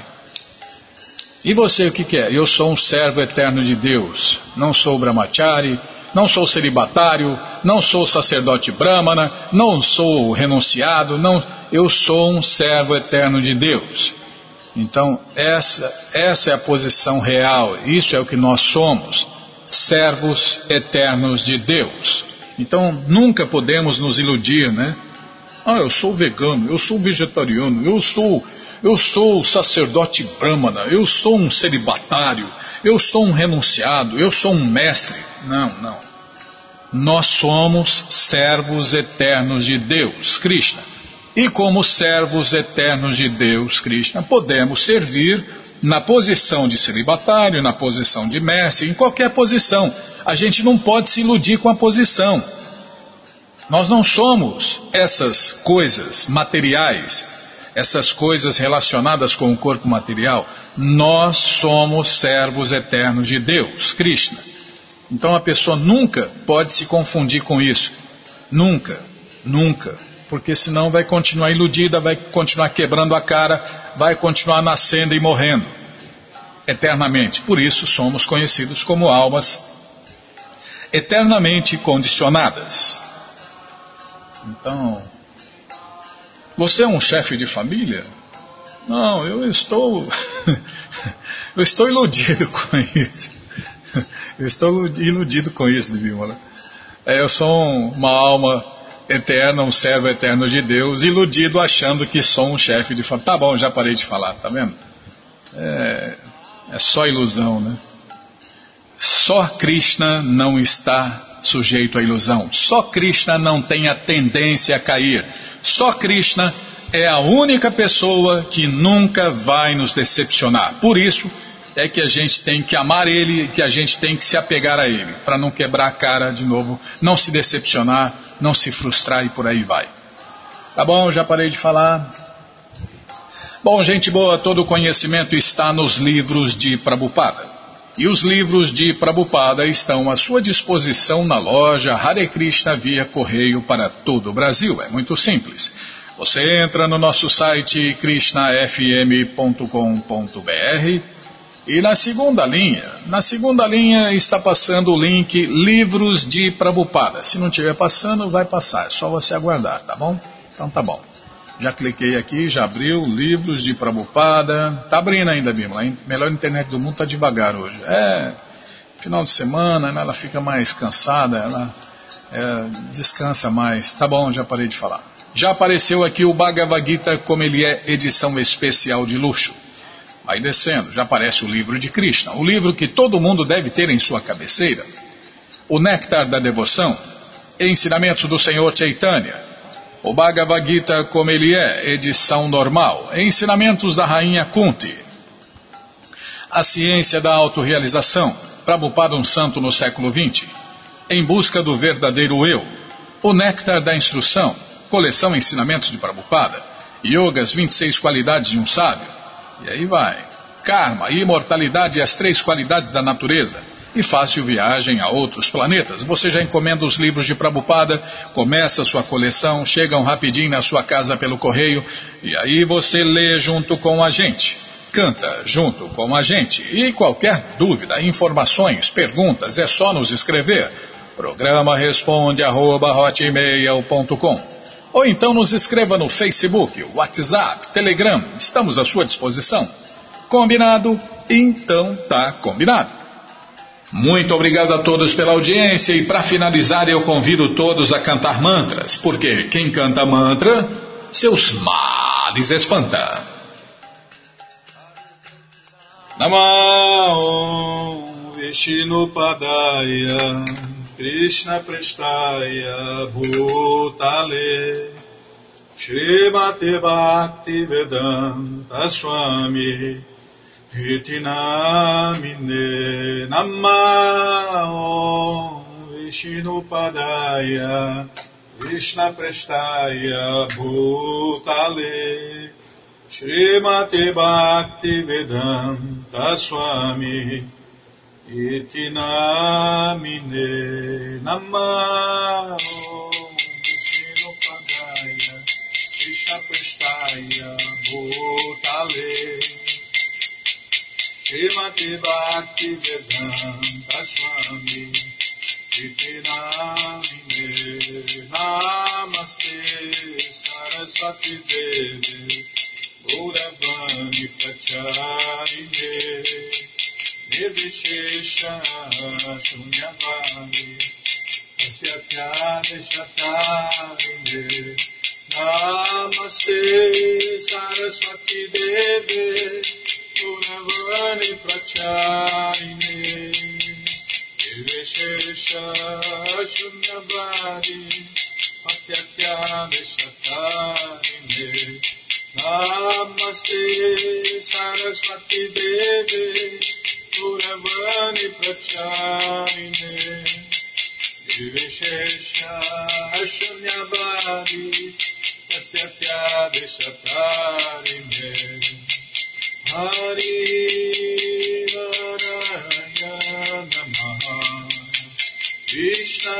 Speaker 1: E você, o que que é? Eu sou um servo eterno de Deus. Não sou brahmachari, não sou celibatário, não sou sacerdote brahmana, não sou renunciado, não, eu sou um servo eterno de Deus. Então, essa, essa é a posição real, isso é o que nós somos, servos eternos de Deus. Então, nunca podemos nos iludir, né? Ah, eu sou vegano, eu sou vegetariano, eu sou... Eu sou sacerdote brahmana, eu sou um celibatário, eu sou um renunciado, eu sou um mestre. Não, não. Nós somos servos eternos de Deus, Krishna. E como servos eternos de Deus, Krishna, podemos servir na posição de celibatário, na posição de mestre, em qualquer posição. A gente não pode se iludir com a posição. Nós não somos essas coisas materiais, essas coisas relacionadas com o corpo material. Nós somos servos eternos de Deus, Krishna. Então a pessoa nunca pode se confundir com isso. Nunca, nunca. Porque senão vai continuar iludida, vai continuar quebrando a cara, vai continuar nascendo e morrendo eternamente. Por isso somos conhecidos como almas eternamente condicionadas. Então... Você é um chefe de família? Não, eu estou... eu estou iludido com isso. Eu estou iludido com isso, Bimala. É, eu sou uma alma eterna, um servo eterno de Deus, iludido achando que sou um chefe de família. Tá bom, já parei de falar, tá vendo? É, é só ilusão, né? Só Krishna não está sujeito à ilusão. Só Krishna não tem a tendência a cair. Só Krishna é a única pessoa que nunca vai nos decepcionar. Por isso é que a gente tem que amar Ele, que a gente tem que se apegar a Ele, para não quebrar a cara de novo, não se decepcionar, não se frustrar e por aí vai. Tá bom, já parei de falar. Bom, gente boa, todo o conhecimento está nos livros de Prabhupada. E os livros de Prabhupada estão à sua disposição na loja Hare Krishna via correio para todo o Brasil. É muito simples. Você entra no nosso site krishna f m ponto com ponto b r e na segunda linha, na segunda linha está passando o link Livros de Prabhupada. Se não estiver passando, vai passar. É só você aguardar, tá bom? Então tá bom. Já cliquei aqui, já abriu, Livros de Prabhupada. Tá abrindo ainda, Bimala. A melhor internet do mundo tá devagar hoje. É, final de semana, né, ela fica mais cansada, ela é, descansa mais. Tá bom, já parei de falar. Já apareceu aqui o Bhagavad Gita como ele é, edição especial de luxo. Vai descendo, já aparece o livro de Krishna, o livro que todo mundo deve ter em sua cabeceira. O Néctar da Devoção, Ensinamentos do Senhor Chaitanya. O Bhagavad Gita como ele é, edição normal, Ensinamentos da Rainha Kunti. A Ciência da Autorrealização, Prabhupada um Santo no século vinte. Em Busca do Verdadeiro Eu. O Néctar da Instrução, coleção Ensinamentos de Prabhupada. Yogas, vinte e seis Qualidades de um Sábio. E aí vai. Karma, Imortalidade e as Três Qualidades da Natureza. E Fácil Viagem a Outros Planetas. Você já encomenda os livros de Prabhupada, começa a sua coleção, chegam rapidinho na sua casa pelo correio, e aí você lê junto com a gente, canta junto com a gente. E qualquer dúvida, informações, perguntas, é só nos escrever. Programa responde arroba hotmail ponto com. Ou então nos escreva no Facebook, WhatsApp, Telegram, estamos à sua disposição. Combinado? Então tá combinado. Muito obrigado a todos pela audiência e para finalizar eu convido todos a cantar mantras, porque quem canta mantra, seus males espanta. Namah Vishnupadaya Krishna Prestaya Bhutale Srimate Bhakti Vedanta Swami Iti namine Namah Vishnupadaya Krishna Prestaya Bhutale Srimate Bhakti Vedanta Swami Iti namine Namah Vishnupadaya Krishna Prestaya Bhutale Srimati Bhakti Vedanta Swami Iti namine Namaste Saraswati Devi Gauravani Pracharine Nirvishesha Shunyavani Asyatyade Shatarine Namaste Saraswati Devi Gauravani Pracharine Nirvishesha Shunyavani Asyatyade Shatarine Namaste Saraswati Devi Gauravani Pracharine Nirvishesha Shunyavadi Pastyatya Deshatarine Hari Naraya Namaha Krishna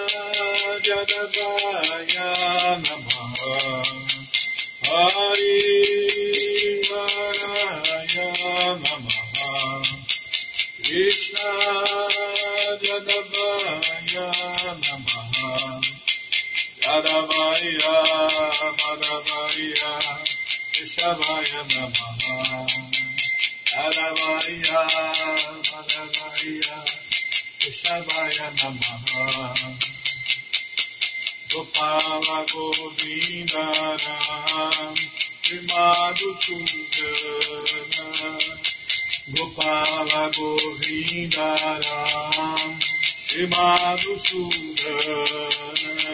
Speaker 1: Jadavaya Namaha Hari Naraya Namaha Krishna Jadavaya Namaha Jadavaya Madhavaya Keshavaya Namaha Jadavaya Madhavaya Keshavaya Namaha Gopala Govinda Ram Vimadu Sundara Gopala Govinda Ram Vimadu Sundara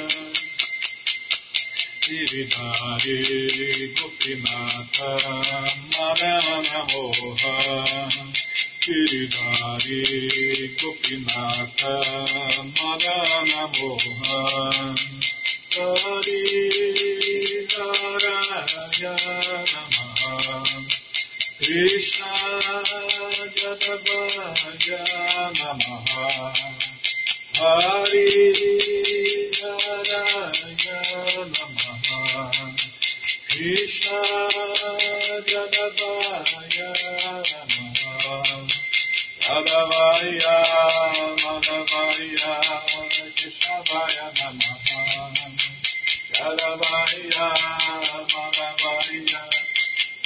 Speaker 1: Giridhari Gopinatha Madana Moha Giridhari Gopinatha Madana Moha Hari Naraya Namaha Krishna Jadavaya Namaha Hari Naraya Namaha Krishna Jadavaya Namaha Jadavaya Madhavaya Keshavaya Namaha Jadavaya Madhavaya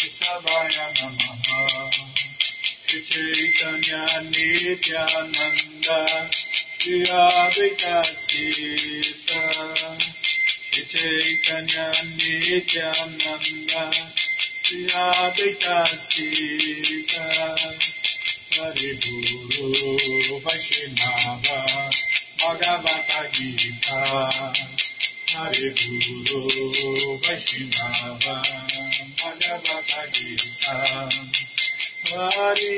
Speaker 1: Keshavaya Namaha Shri Chaitanya Nityananda
Speaker 2: Radha Shri Advaita Sita Shri Chaitanya Nityananda Shri Advaita Sita Hari Guru Vaishnava Bhagavata Gita Hari Guru Vaishnava Bhagavata Gita Hari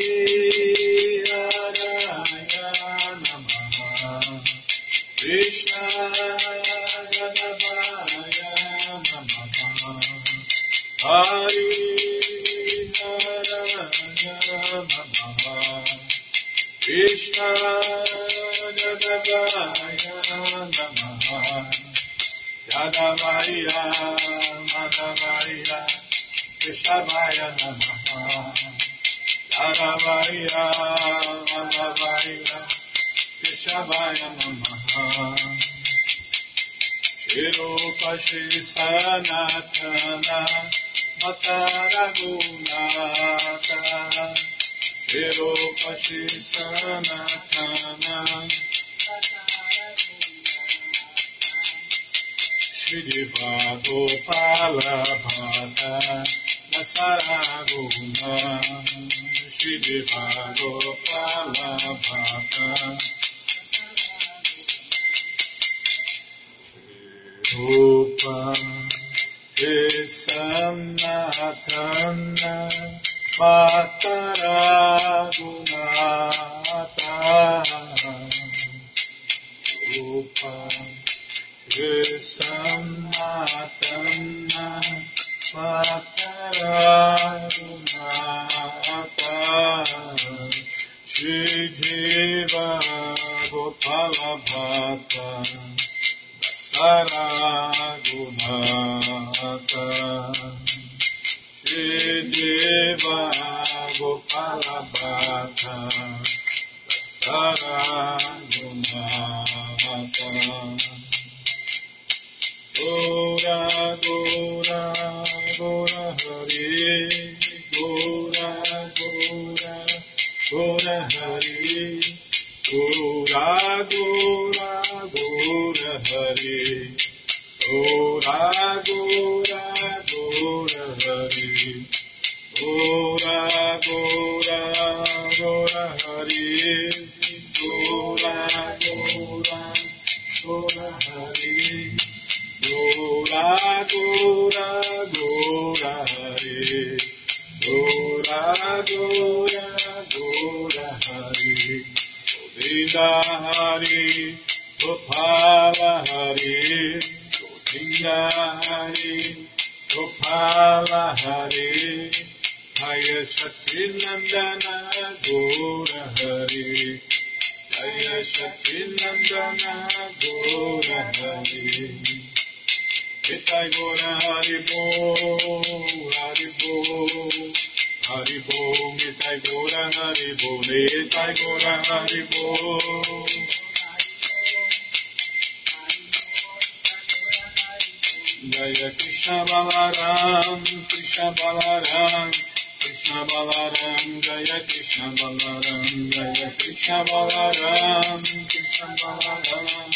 Speaker 2: Narayana Namaha Krishna Gadavaya Namaha Hari Narayana Namaha Krishna Gadavaya Namaha Yadavaya Madhavaya Krishavaya Namaha Yadavaya Madhavaya Krishavaya Namaha Shirupa Shri Sanatana Matara Gunata Shirupa Shri Sanatana Shriva Gopala Bhata Nasaraguna Shriva Gopala Bhata Rupa Sanatana Mataragunata Rupa Sanatana Mataragunata Shri Jiva Gopala Bhata Saragunata Shri Jiva Gopala Bhata Saragunata Gora Gora Gora Hari Gora Gora Gora Hari Gora Gora Gora Hari Gora Gora Gora Hari Gora Gora Gora Hari Gora Gora Gora Hari Gora Gora Gora Hari Gora Gora Gora Hari Govinda Hari Gopala Hari Govinda Hari Gopala Hari Jaya Satinandana Gora Hari Jaya Satinandana Gora Hari Nitai Gora Haribo, Haribo, Haribo, Nitai Gora Haribo, Nitai Gora Haribo. Jaya Krishna Balaram, Krishna Balaram, Krishna Balaram, Jaya Krishna Balaram, Jaya Krishna Balaram, Krishna Balaram.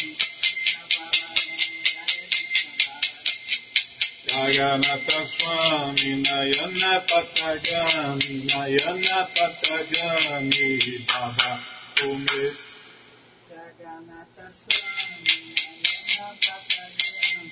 Speaker 2: Jaganata Swami Nayana Patagami Nayana Patagami Baba Ome Jaganata Swami Nayana Patagami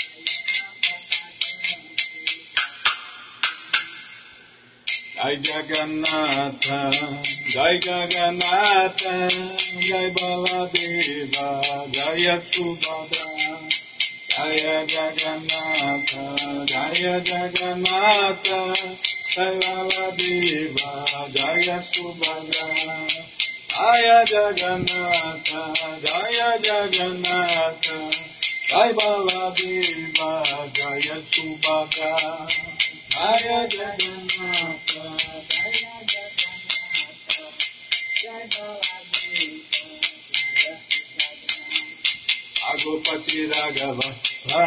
Speaker 2: Jai Jagannatha Jai Jagannatha Jai Baladeva Jaya Subhadra Jaya Jagannatha, Jaya Jagannatha, Jaya Baladeva, Jaya Subhadra. Jaya Jagannatha, Jaya Jagannatha, Jaya Baladeva, Jaya Subhadra. Jaya Jagannatha, Jaya Jagannatha, Jaya Baladeva, Jaya Subhadra. Agopati Raghava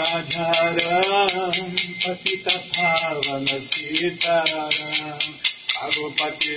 Speaker 2: Rajaram Patita Pavana Sitaram Ragupati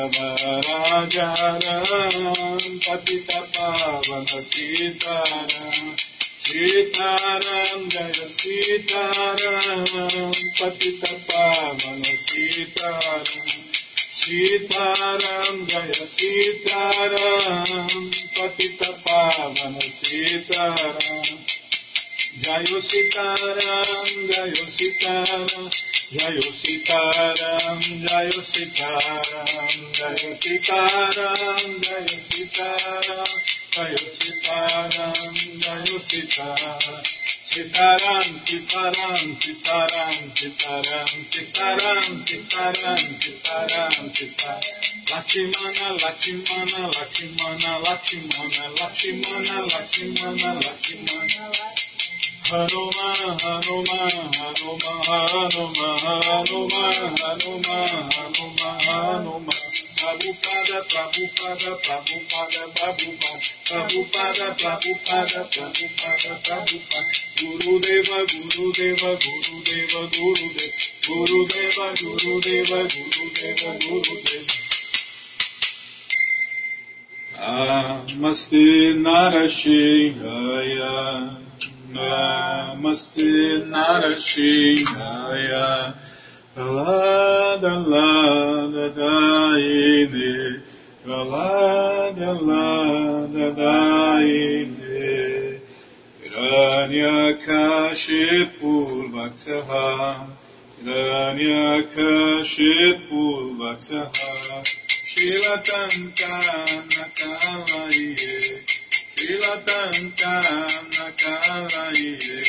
Speaker 2: Raghavarajaram Patita Pavana Sitaram Sitaram Jaya Sitaram Patita Pavana Sitaram Sitaram Jaya Sitaram Patita Pavana Sitaram Jayo Sitaram Jayo Sitaram Jayo Sitaram Jayo Sitaram Jayo Sitaram Jayo Sitaram Jayo Sitaram Jayo Sitaram Sitaram Sitaram Sitaram Sitaram Sitaram Sitaram Sitaram Sitaram Lakshmana Lakshmana Lakshmana Lakshmana Lakshmana Lakshmana Lakshmana Hanuma Hanuma Hanuma Hanuma Hanuma Hanuma Hanuma Hanuma Prabhupada Prabhupada Prabhupada Prabhupada Prabhupada Prabhupada Prabhupada Prabhupada Gurudeva Gurudeva Gurudeva Gurudeva Gurudeva Gurudeva Gurudeva Gurudeva Namaste Narashinhaya Namaste Narashinhaya Pralada Lada Daine Pralada Lada Daine Hiranyakashipu Vaktaha Hiranyakashipu Vaktaha Shilatantana Kalaye Shilatantana Kalaye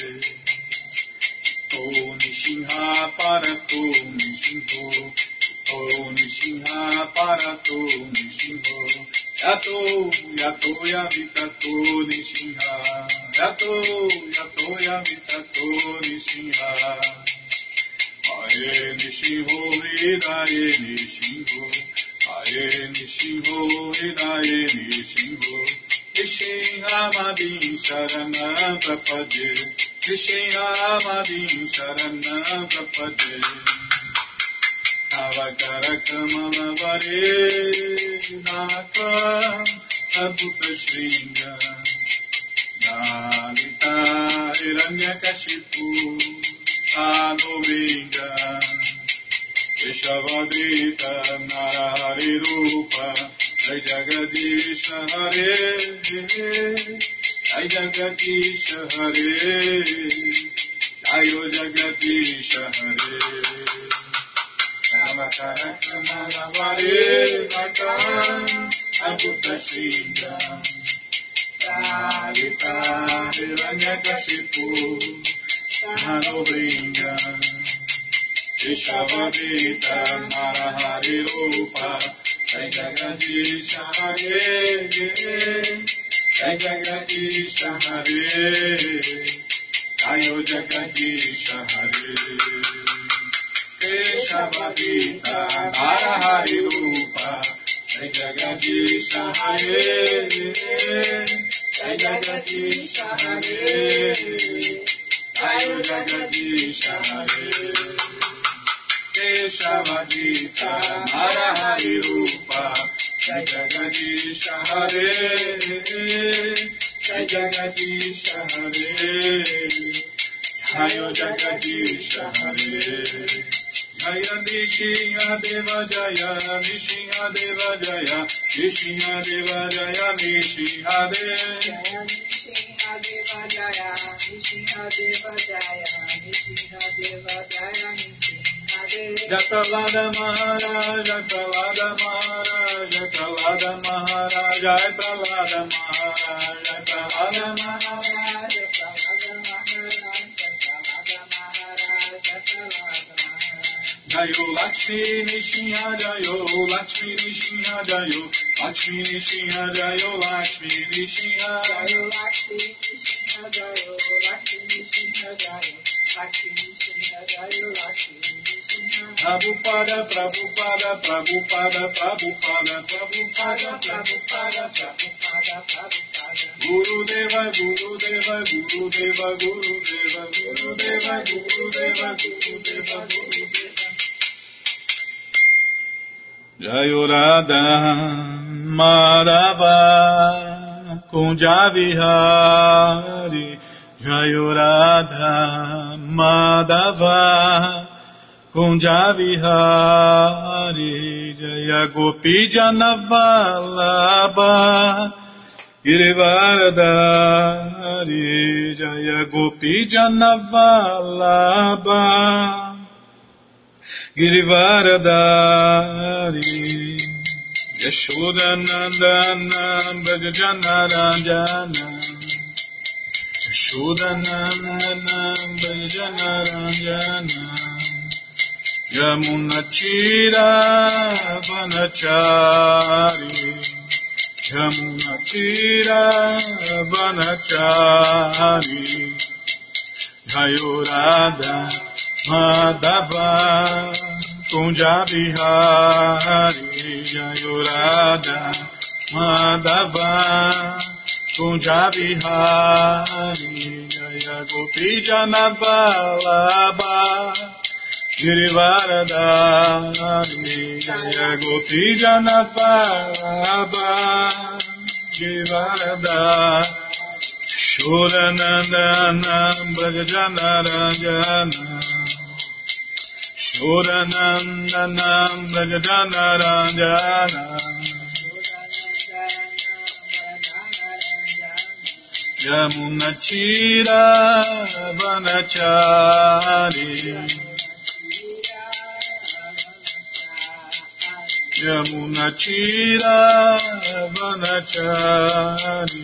Speaker 2: O Nishinha Parato Nishinho O Nishinha Parato Nishinho Yato Yato Yavitato Nishinha Yato Yato Yavitato Nishinha Aye Nishinho Hidaye Nishinho Aye Nishinho Hidaye Nishinho Nishinhamadin Sharanam Prapade Nishinhamadin Sharanam Prapade Avakara Kamala Vare Nakam Adhuta Shringa Nalita Hiranyakashipu Anovinga Keshavadrita Narahari Rupa Jai Jagadisha Hare Jai Jagadisha Hare Jayo Jagadisha Hare Namakara Kamala Vare Nakam Adhuta Shringa Nalita Hiranyakashipu Anovinga Keshavadrita Narahari Rupa Jai Jagadisha Hare Jai Jagadisha Hare Jayo Jagadisha Hare Keshavadrita Narahari Rupa Jai Jagadisha Hare Jai Jagadisha Hare Jayo Jagadisha Hare Keshavadrita Narahari Rupa Jai Jagadisha Hare Jai Jagadisha Hare Jayo Jagadisha Hare Jaya Nishinha Deva Jaya Nishinha Deva Jaya Nishinha Deva Jaya Nishinha Deva
Speaker 3: Nishinha Deva Jaya Nishinha Deva Jaya Nishinha Deva Jaya Nishinha Deva
Speaker 2: Jatalada Maharaj Jatalada Maharaj Jatalada Maharaj Jatalada Maharaj Jatalada Maharaj
Speaker 3: Jatalada Maharaj Jatalada Maharaj Jatalada
Speaker 2: Jayo Lakshmi Nishinha Jayo Lakshmi Nishinha Jayo Lakshmi Nishinha Jayo Lakshmi Nishinha
Speaker 3: Jayo Lakshmi Nishinha Jayo Lakshmi Nishinha Jayo Lakshmi Nishinha Jayo Lakshmi Nishinha
Speaker 2: Prabhupada Prabhupada Prabhupada Prabhupada Prabhupada Prabhupada
Speaker 3: Prabhupada Prabhupada
Speaker 2: Gurudeva Gurudeva Gurudeva Gurudeva Gurudeva Gurudeva Gurudeva Gurudeva
Speaker 1: Jayo Radha Madhava Kunja Vihari Jayo Radha Madhava Kunja Vihari Jaya Gopi Janavalabha Girivaradari Jaya Gopi Janavalabha Girivaradari Yashodanandana Brajajanaranjana Yashodanandana Brajajanaranjana Yamunachira Vanachari Yamunachira Vanachari Jayo Radha Madhava Kunja Vihari Jayo Radha Madhava Kunja Vihari Jaya Gopi Janavalabha Girivaradari Jaya Gopi Janavalabha Girivaradari Shodanandana Brajajanaranjana Shodanandana Brajajanaranjana Yamunachira Vanachari Yamunachira Vanachari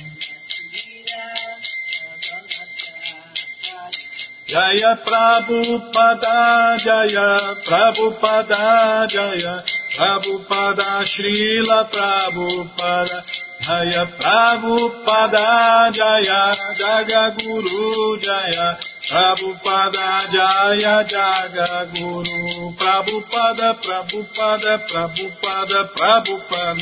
Speaker 1: Jaya Prabhupada Jaya Prabhupada Jaya Prabhupada Srila Prabhupada Jaya Prabhupada Jaya Jagaguru Jaya Prabhupada Jaya Jagaguru Prabhupada Prabhupada Prabhupada Prabhupada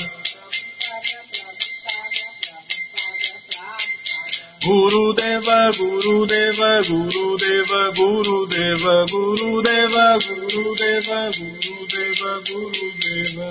Speaker 1: Guru Deva Guru Deva Guru Deva Guru Deva Guru Deva Guru Deva Guru Deva Guru Deva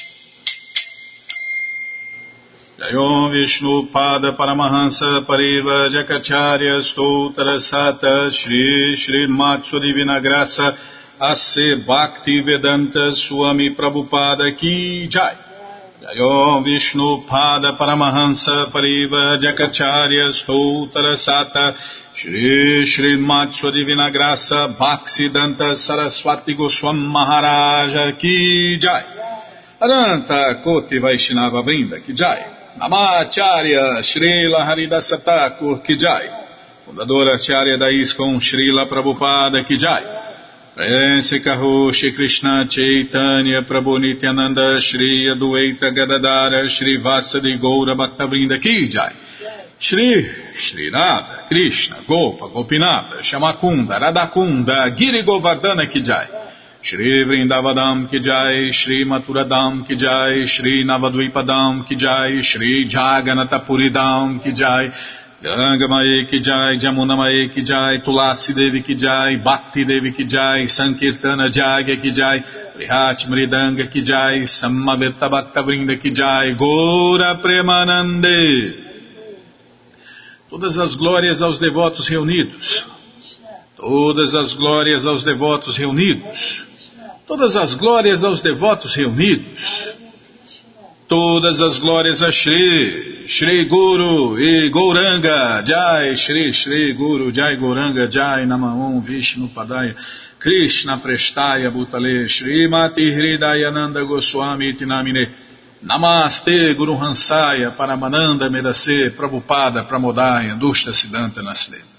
Speaker 1: Jayom Vishnu Pada Paramahansa Pariva Jakacharya Stoutra Sata Shri Shri Matsu Divina Graça A.C. Bhakti Vedanta Swami Prabhupada Ki Jai. Jayom Vishnu Pada Paramahansa Pariva Jakacharya Stoutra Sata Shri Shri Matsu Divina Graça Bhaksidanta Saraswati Goswami Maharaja Ki Jai. Aranta Koti Vaishnava Vrinda Ki Jai. Namacharya Srila Haridasa Thakur Ki Jai. Fundadora Acharya da ISKCON Srila Prabhupada Ki Jai. Prense Kaho Shri Krishna Chaitanya Prabhu Nityananda Shri Adueita Gadadara Shri Vasadi Goura Bhaktavrinda Ki Jai. Shri Shri Radha Krishna Gopa Gopinata Shamakunda Radakunda Giri Govardhana Ki Jai. Shri Vrindavadam Ki Jai, Shri Maturadam Ki Jai, Shri Navadvipadam Ki Jai, Shri Jaganatapuridam Ki Jai, Gangamaye Ki Jai, Jamunamaye Ki Jai, Tulasi Devi Ki Jai, Bhakti Devi Ki Jai, Sankirtana Jagya Ki Jai, Prihat Mridanga Ki Jai, Samaveta Bhakta Vrinda Ki Jai, Gora Premanande. Todas as glórias aos devotos reunidos. Todas as glórias aos devotos reunidos. Todas as glórias aos devotos reunidos. Todas as glórias a Shri, Shri Guru e Gauranga, Jai, Shri, Shri Guru, Jai Gauranga, Jai, Namahom, Vishnu Padaya, Krishna Prestaya Bhutale, Shri Mati Hridayananda Goswami Tinamine, Namaste Guru Hansaya, Paramananda Medase, Prabhupada Pramodaya, Dushta Siddhanta Nasle.